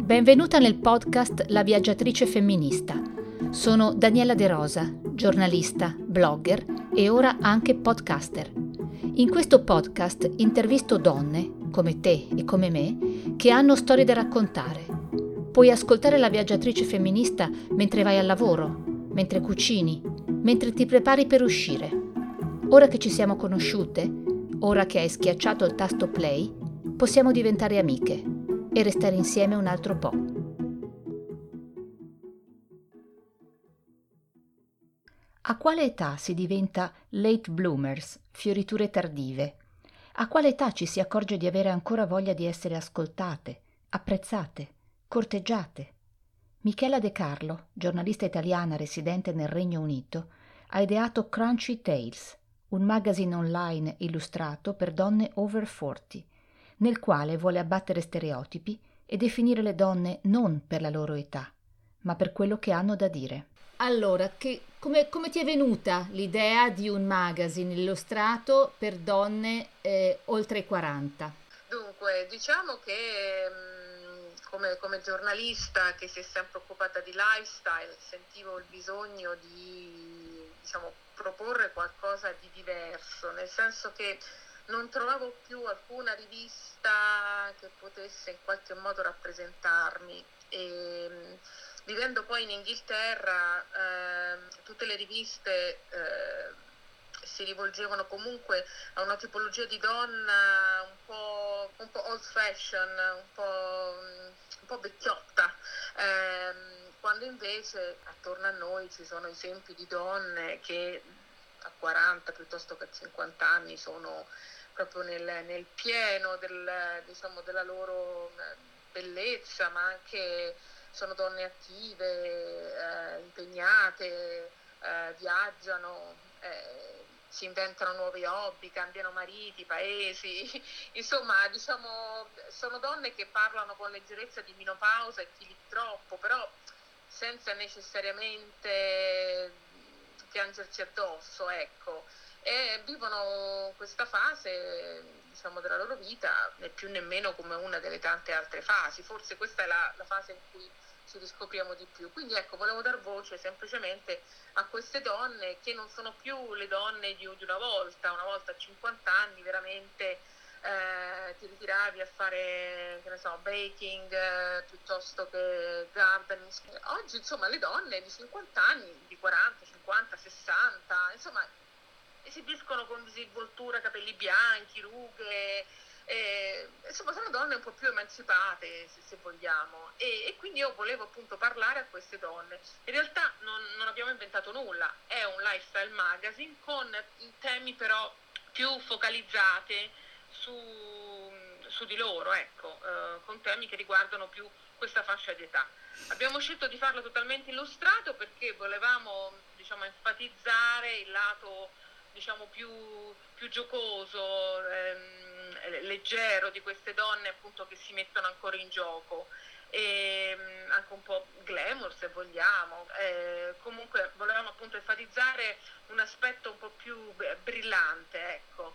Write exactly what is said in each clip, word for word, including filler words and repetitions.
Benvenuta nel podcast La Viaggiatrice Femminista. Sono Daniela De Rosa, giornalista, blogger e ora anche podcaster. In questo podcast intervisto donne, come te e come me, che hanno storie da raccontare. Puoi ascoltare La Viaggiatrice Femminista mentre vai al lavoro, mentre cucini, mentre ti prepari per uscire. Ora che ci siamo conosciute, ora che hai schiacciato il tasto play, possiamo diventare amiche e restare insieme un altro po'. A quale età si diventa late bloomers, fioriture tardive? A quale età ci si accorge di avere ancora voglia di essere ascoltate, apprezzate, corteggiate? Michela De Carlo, giornalista italiana residente nel Regno Unito, ha ideato Crunchy Tales, un magazine online illustrato per donne over quaranta, nel quale vuole abbattere stereotipi e definire le donne non per la loro età, ma per quello che hanno da dire. Allora, che, come, come ti è venuta l'idea di un magazine illustrato per donne eh, oltre i quaranta? Dunque, diciamo che mh, come, come giornalista che si è sempre occupata di lifestyle, sentivo il bisogno di, diciamo, proporre qualcosa di diverso, nel senso che non trovavo più alcuna rivista che potesse in qualche modo rappresentarmi e vivendo poi in Inghilterra eh, tutte le riviste eh, si rivolgevano comunque a una tipologia di donna un po', un po' old fashion, un po', un po' vecchiotta, eh, quando invece attorno a noi ci sono esempi di donne che a quaranta piuttosto che a cinquanta anni sono proprio nel, nel pieno del, diciamo, della loro bellezza, ma anche sono donne attive, eh, impegnate, eh, viaggiano, eh, si inventano nuovi hobby, cambiano mariti, paesi, insomma, diciamo, sono donne che parlano con leggerezza di menopausa e chili troppo, però senza necessariamente piangerci addosso, ecco. E vivono questa fase, diciamo, della loro vita né più nemmeno come una delle tante altre fasi, forse questa è la, la fase in cui ci riscopriamo di più, quindi ecco, volevo dar voce semplicemente a queste donne che non sono più le donne di, di una volta, una volta a cinquanta anni veramente eh, ti ritiravi a fare, che ne so, baking eh, piuttosto che gardening. Oggi insomma le donne di cinquanta anni, di quaranta, cinquanta, sessanta, insomma esibiscono con disinvoltura capelli bianchi, rughe, eh, insomma sono donne un po' più emancipate se, se vogliamo e, e quindi io volevo appunto parlare a queste donne. In realtà non, non abbiamo inventato nulla, è un lifestyle magazine con temi però più focalizzati su, su di loro, ecco, eh, con temi che riguardano più questa fascia di età. Abbiamo scelto di farlo totalmente illustrato perché volevamo, diciamo, enfatizzare il lato, diciamo, più, più giocoso, ehm, leggero di queste donne appunto che si mettono ancora in gioco e anche un po' glamour se vogliamo, eh, comunque volevamo appunto enfatizzare un aspetto un po' più brillante, ecco.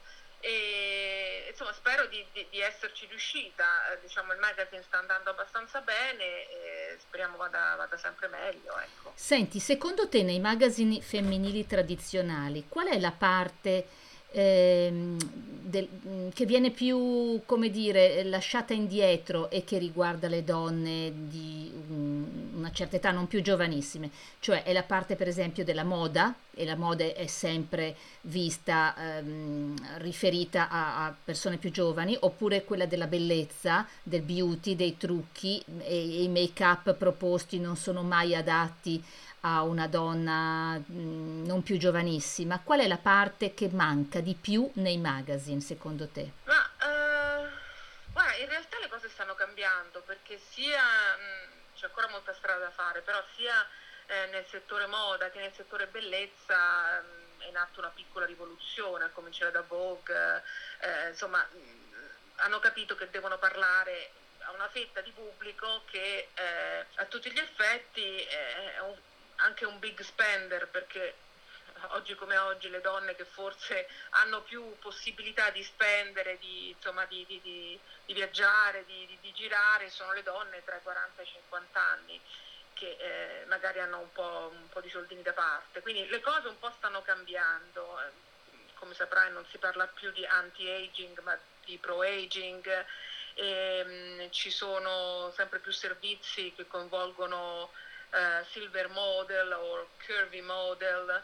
E insomma spero di, di, di esserci riuscita, eh, diciamo il magazine sta andando abbastanza bene e speriamo vada, vada sempre meglio, ecco. Senti, secondo te nei magazine femminili tradizionali qual è la parte ehm, del, che viene più, come dire, lasciata indietro e che riguarda le donne di um, una certa età, non più giovanissime? Cioè è la parte per esempio della moda, e la moda è sempre vista ehm, riferita a, a persone più giovani, oppure quella della bellezza, del beauty, dei trucchi e, e i make-up proposti non sono mai adatti a una donna mh, non più giovanissima. Qual è la parte che manca di più nei magazine secondo te? Ma eh, guarda, in realtà le cose stanno cambiando perché sia mh, c'è ancora molta strada da fare, però sia eh, nel settore moda che nel settore bellezza mh, è in atto una piccola rivoluzione, a cominciare da Vogue, eh, insomma mh, hanno capito che devono parlare a una fetta di pubblico che eh, a tutti gli effetti è un, anche un big spender perché oggi come oggi le donne che forse hanno più possibilità di spendere, di, insomma, di, di, di, di viaggiare, di, di, di girare, sono le donne tra i quaranta e i cinquanta anni, che eh, magari hanno un po', un po' di soldini da parte. Quindi le cose un po' stanno cambiando. Come saprai non si parla più di anti-aging ma di pro-aging, e, mh, ci sono sempre più servizi che coinvolgono uh, silver model o curvy model,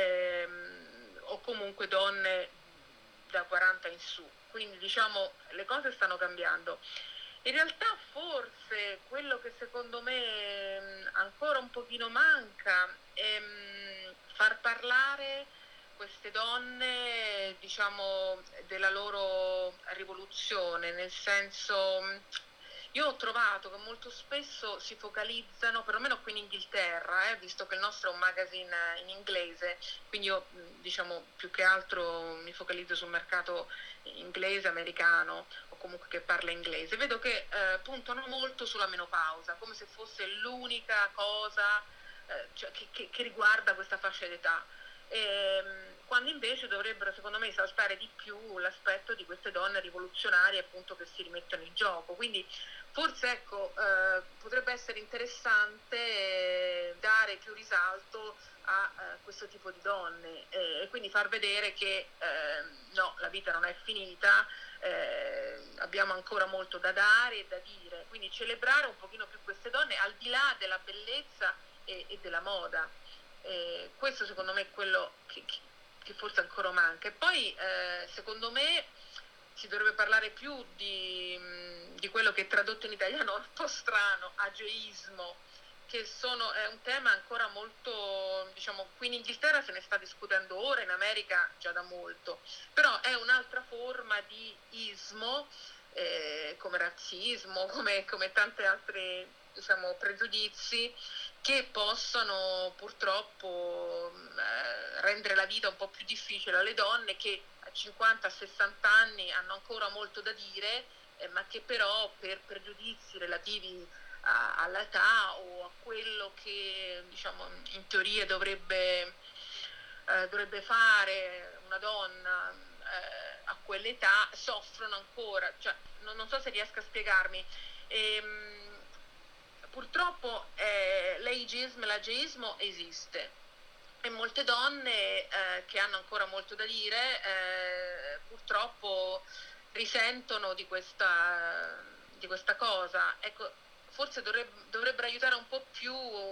ehm, o comunque donne da quaranta in su. Quindi diciamo le cose stanno cambiando. In realtà forse quello che secondo me mh, ancora un pochino manca è mh, far parlare queste donne, diciamo, della loro rivoluzione, nel senso, mh, io ho trovato che molto spesso si focalizzano, perlomeno qui in Inghilterra, eh, visto che il nostro è un magazine in inglese, quindi io mh, diciamo più che altro mi focalizzo sul mercato inglese, americano, comunque che parla inglese, vedo che eh, puntano molto sulla menopausa, come se fosse l'unica cosa eh, cioè, che, che, che riguarda questa fascia d'età, e, quando invece dovrebbero secondo me esaltare di più l'aspetto di queste donne rivoluzionarie appunto che si rimettono in gioco. Quindi forse ecco eh, potrebbe essere interessante eh, dare più risalto a eh, questo tipo di donne eh, e quindi far vedere che eh, no, la vita non è finita, eh, abbiamo ancora molto da dare e da dire, quindi celebrare un pochino più queste donne al di là della bellezza e, e della moda. Eh, questo secondo me è quello che, che forse ancora manca. E poi eh, secondo me si dovrebbe parlare più di, di quello che tradotto in italiano è un po' strano, ageismo, che sono, è un tema ancora molto, diciamo, qui in Inghilterra se ne sta discutendo ora, in America già da molto, però è un'altra forma di ismo, eh, come razzismo, come, come tante altre, diciamo, pregiudizi che possono purtroppo eh, rendere la vita un po' più difficile alle donne che a cinquanta sessanta anni hanno ancora molto da dire, eh, ma che però per pregiudizi relativi a, all'età o a quello che diciamo in teoria dovrebbe, eh, dovrebbe fare una donna eh, a quell'età soffrono ancora, cioè, non, non so se riesco a spiegarmi. Ehm, purtroppo eh, l'ageismo, l'ageismo esiste e molte donne eh, che hanno ancora molto da dire eh, purtroppo risentono di questa, di questa cosa. Ecco, forse dovrebbe, dovrebbero aiutare un po' più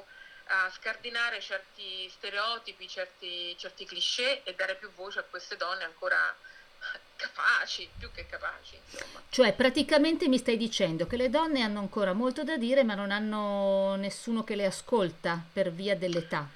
a scardinare certi stereotipi, certi, certi cliché e dare più voce a queste donne ancora capaci, più che capaci, insomma. Cioè, praticamente mi stai dicendo che le donne hanno ancora molto da dire, ma non hanno nessuno che le ascolta per via dell'età.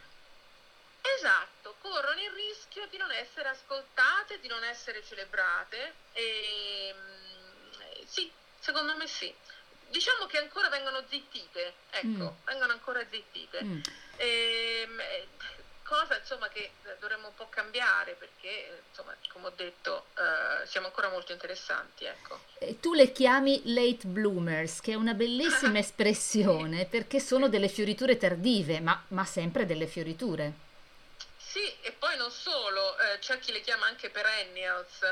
Esatto, corrono il rischio di non essere ascoltate, di non essere celebrate e mm, sì, secondo me sì. Diciamo che ancora vengono zittite, Mm, ecco, vengono ancora zittite. mm. Ehm, eh, cosa insomma che dovremmo un po' cambiare perché insomma, come ho detto, eh, siamo ancora molto interessanti, ecco. E tu le chiami late bloomers, che è una bellissima Sì, espressione perché sì. sono delle fioriture tardive, ma, ma sempre delle fioriture. Sì, e poi non solo, eh, c'è chi le chiama anche perennials,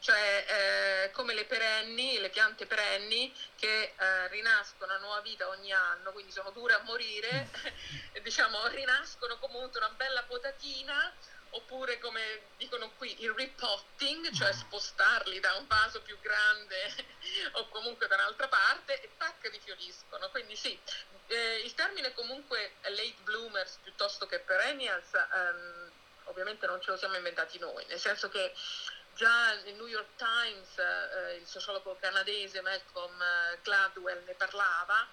cioè eh, come le perenni, le piante perenni che eh, rinascono a nuova vita ogni anno, quindi sono dure a morire, e diciamo rinascono comunque una bella potatina, oppure come dicono qui il repotting, cioè spostarli da un vaso più grande o comunque da un'altra parte e tac rifioriscono, quindi sì, eh, il termine comunque late bloomers piuttosto che perennials ehm, ovviamente non ce lo siamo inventati noi, nel senso che già il New York Times, eh, il sociologo canadese Malcolm eh, Gladwell ne parlava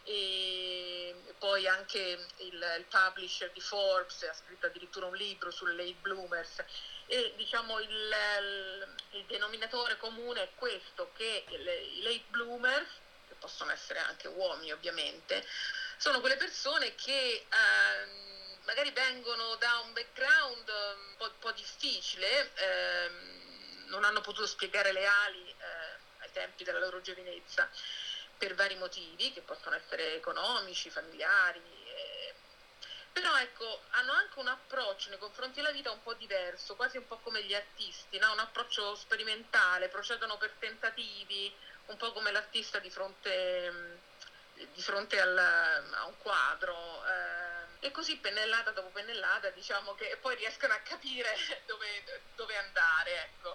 e poi anche il, il publisher di Forbes ha scritto addirittura un libro sulle late bloomers e diciamo il, il, il denominatore comune è questo, che le, i late bloomers, che possono essere anche uomini ovviamente, sono quelle persone che ehm, magari vengono da un background un po', un po' difficile, ehm, non hanno potuto spiegare le ali eh, ai tempi della loro giovinezza per vari motivi che possono essere economici, familiari, eh, però ecco, hanno anche un approccio nei confronti della vita un po' diverso, quasi un po' come gli artisti, no? Un approccio sperimentale, procedono per tentativi, un po' come l'artista di fronte, di fronte al, a un quadro, eh, e così pennellata dopo pennellata, diciamo che poi riescono a capire dove, dove andare, ecco.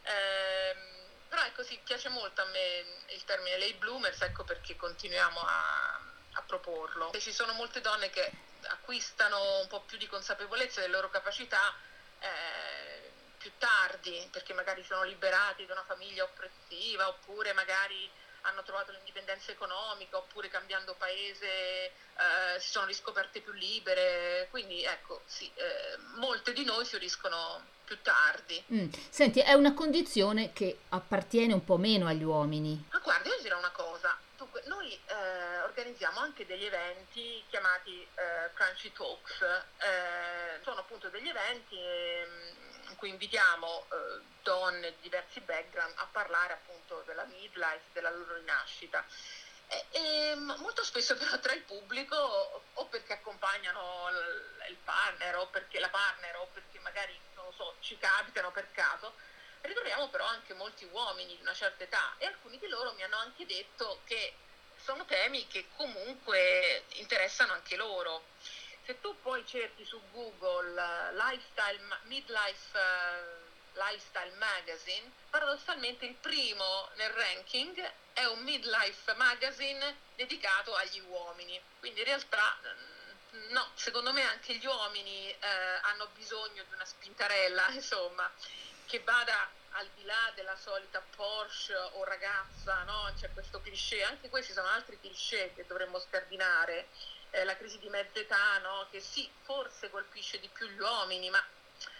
Eh, però ecco, sì, piace molto a me il termine late bloomers, ecco perché continuiamo a, a proporlo. E ci sono molte donne che acquistano un po' più di consapevolezza delle loro capacità eh, più tardi, perché magari sono liberati da una famiglia oppressiva, oppure magari hanno trovato l'indipendenza economica, oppure cambiando paese eh, si sono riscoperte più libere, quindi ecco, sì, eh, molte di noi fioriscono più tardi. Mm. Senti, è una condizione che appartiene un po' meno agli uomini. Ma guarda, io dirò una cosa, dunque, noi eh, organizziamo anche degli eventi chiamati eh, Crunchy Talks, eh, sono appunto degli eventi eh, in cui invitiamo eh, donne di diversi background a parlare appunto della midlife, della loro rinascita. E, e molto spesso però tra il pubblico, o perché accompagnano il, il partner, o perché la partner, o perché magari, non lo so, ci capitano per caso, ritroviamo però anche molti uomini di una certa età, e alcuni di loro mi hanno anche detto che sono temi che comunque interessano anche loro. Se tu poi cerchi su Google uh, lifestyle, midlife uh, lifestyle magazine, paradossalmente il primo nel ranking è un midlife magazine dedicato agli uomini, quindi in realtà no, secondo me anche gli uomini eh, hanno bisogno di una spintarella, insomma, che vada al di là della solita Porsche o ragazza, no? C'è questo cliché, anche questi sono altri cliché che dovremmo scardinare, eh, la crisi di mezza età, no? Che sì, forse colpisce di più gli uomini, ma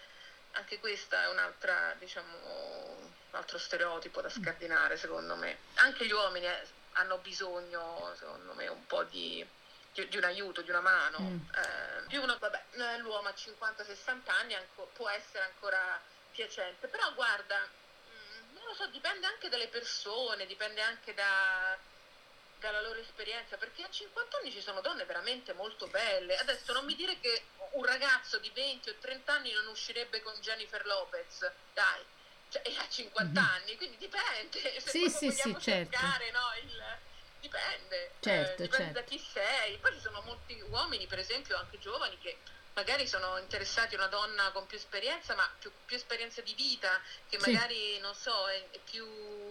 anche questa è un'altra, diciamo, un altro stereotipo da scardinare, secondo me. Anche gli uomini eh, hanno bisogno, secondo me, un po' di, di, di un aiuto, di una mano. Mm. Eh, più uno, vabbè, l'uomo a cinquanta sessanta anni anco, può essere ancora piacente, però guarda, mh, non lo so, dipende anche dalle persone, dipende anche da, dalla loro esperienza, perché a cinquanta anni ci sono donne veramente molto belle. Adesso non mi dire che un ragazzo di venti o trenta anni non uscirebbe con Jennifer Lopez, dai, cioè è a cinquanta mm-hmm. anni, quindi dipende, se sì, sì, sì, cercare, certo. no, il, dipende, certo, eh, dipende certo. da chi sei. Poi ci sono molti uomini, per esempio, anche giovani, che magari sono interessati a una donna con più esperienza, ma più, più esperienza di vita, che magari, sì. non so, è, è più...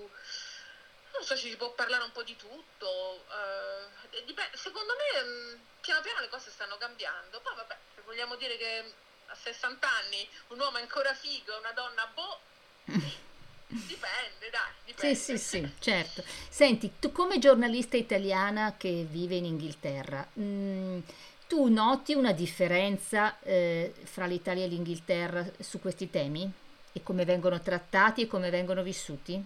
non so, ci si può parlare un po' di tutto. Uh, dipende, secondo me, mh, piano piano le cose stanno cambiando. Poi vabbè, se vogliamo dire che a sessanta anni un uomo è ancora figo e una donna, boh... Dipende, dai, dipende. Sì, sì, sì, certo. Senti, tu come giornalista italiana che vive in Inghilterra, mh, tu noti una differenza eh, fra l'Italia e l'Inghilterra su questi temi? E come vengono trattati e come vengono vissuti?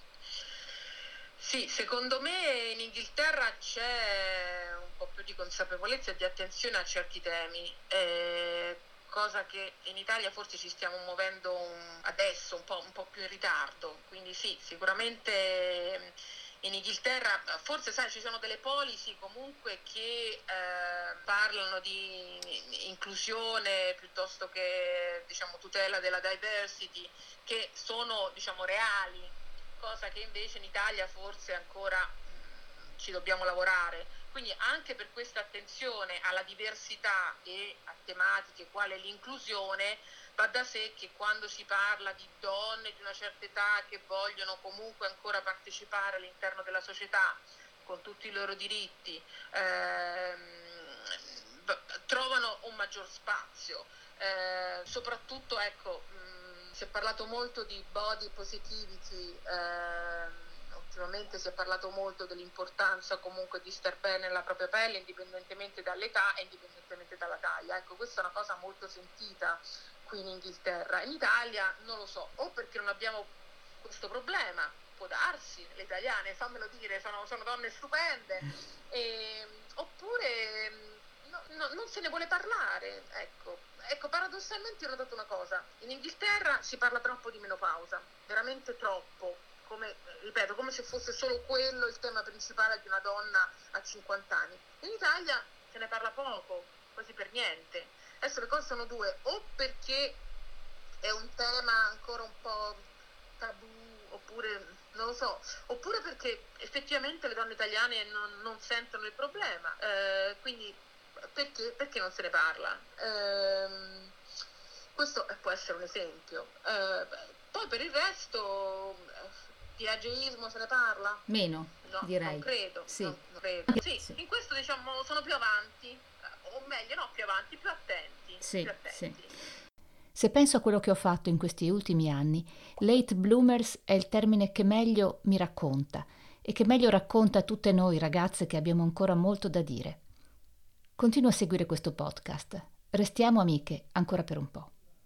Sì, secondo me in Inghilterra c'è un po' più di consapevolezza e di attenzione a certi temi, eh, cosa che in Italia forse ci stiamo muovendo un, adesso un po', un po' più in ritardo. Quindi sì, sicuramente in Inghilterra forse sai ci sono delle policy comunque che eh, parlano di inclusione piuttosto che, diciamo, tutela della diversity, che sono, diciamo, reali, cosa che invece in Italia forse ancora mh, ci dobbiamo lavorare. Quindi anche per questa attenzione alla diversità e a tematiche quale l'inclusione, va da sé che quando si parla di donne di una certa età che vogliono comunque ancora partecipare all'interno della società con tutti i loro diritti, ehm, trovano un maggior spazio. Eh, soprattutto, ecco, mh, si è parlato molto di body positivity, ehm, ultimamente si è parlato molto dell'importanza comunque di star bene nella propria pelle indipendentemente dall'età e indipendentemente dalla taglia. Ecco, questa è una cosa molto sentita qui in Inghilterra. In Italia non lo so, o perché non abbiamo questo problema, può darsi, le italiane, fammelo dire, sono, sono donne stupende, e, oppure no, no, non se ne vuole parlare. Ecco. Ecco, paradossalmente ho notato una cosa, in Inghilterra si parla troppo di menopausa, veramente troppo. Come, ripeto, come se fosse solo quello il tema principale di una donna a cinquanta anni. In Italia se ne parla poco, quasi per niente. Adesso le cose sono due, o perché è un tema ancora un po' tabù, oppure non lo so, oppure perché effettivamente le donne italiane non, non sentono il problema, eh, quindi perché, perché non se ne parla? Eh, questo può essere un esempio. Eh, poi per il resto di ageismo se ne parla? Meno, No, direi. non credo, Sì. non, non credo. Sì, Sì. in questo diciamo sono più avanti, o meglio no più avanti, più attenti. Sì, più attenti. sì. Se penso a quello che ho fatto in questi ultimi anni, late bloomers è il termine che meglio mi racconta e che meglio racconta tutte noi ragazze che abbiamo ancora molto da dire. Continua a seguire questo podcast. Restiamo amiche ancora per un po'.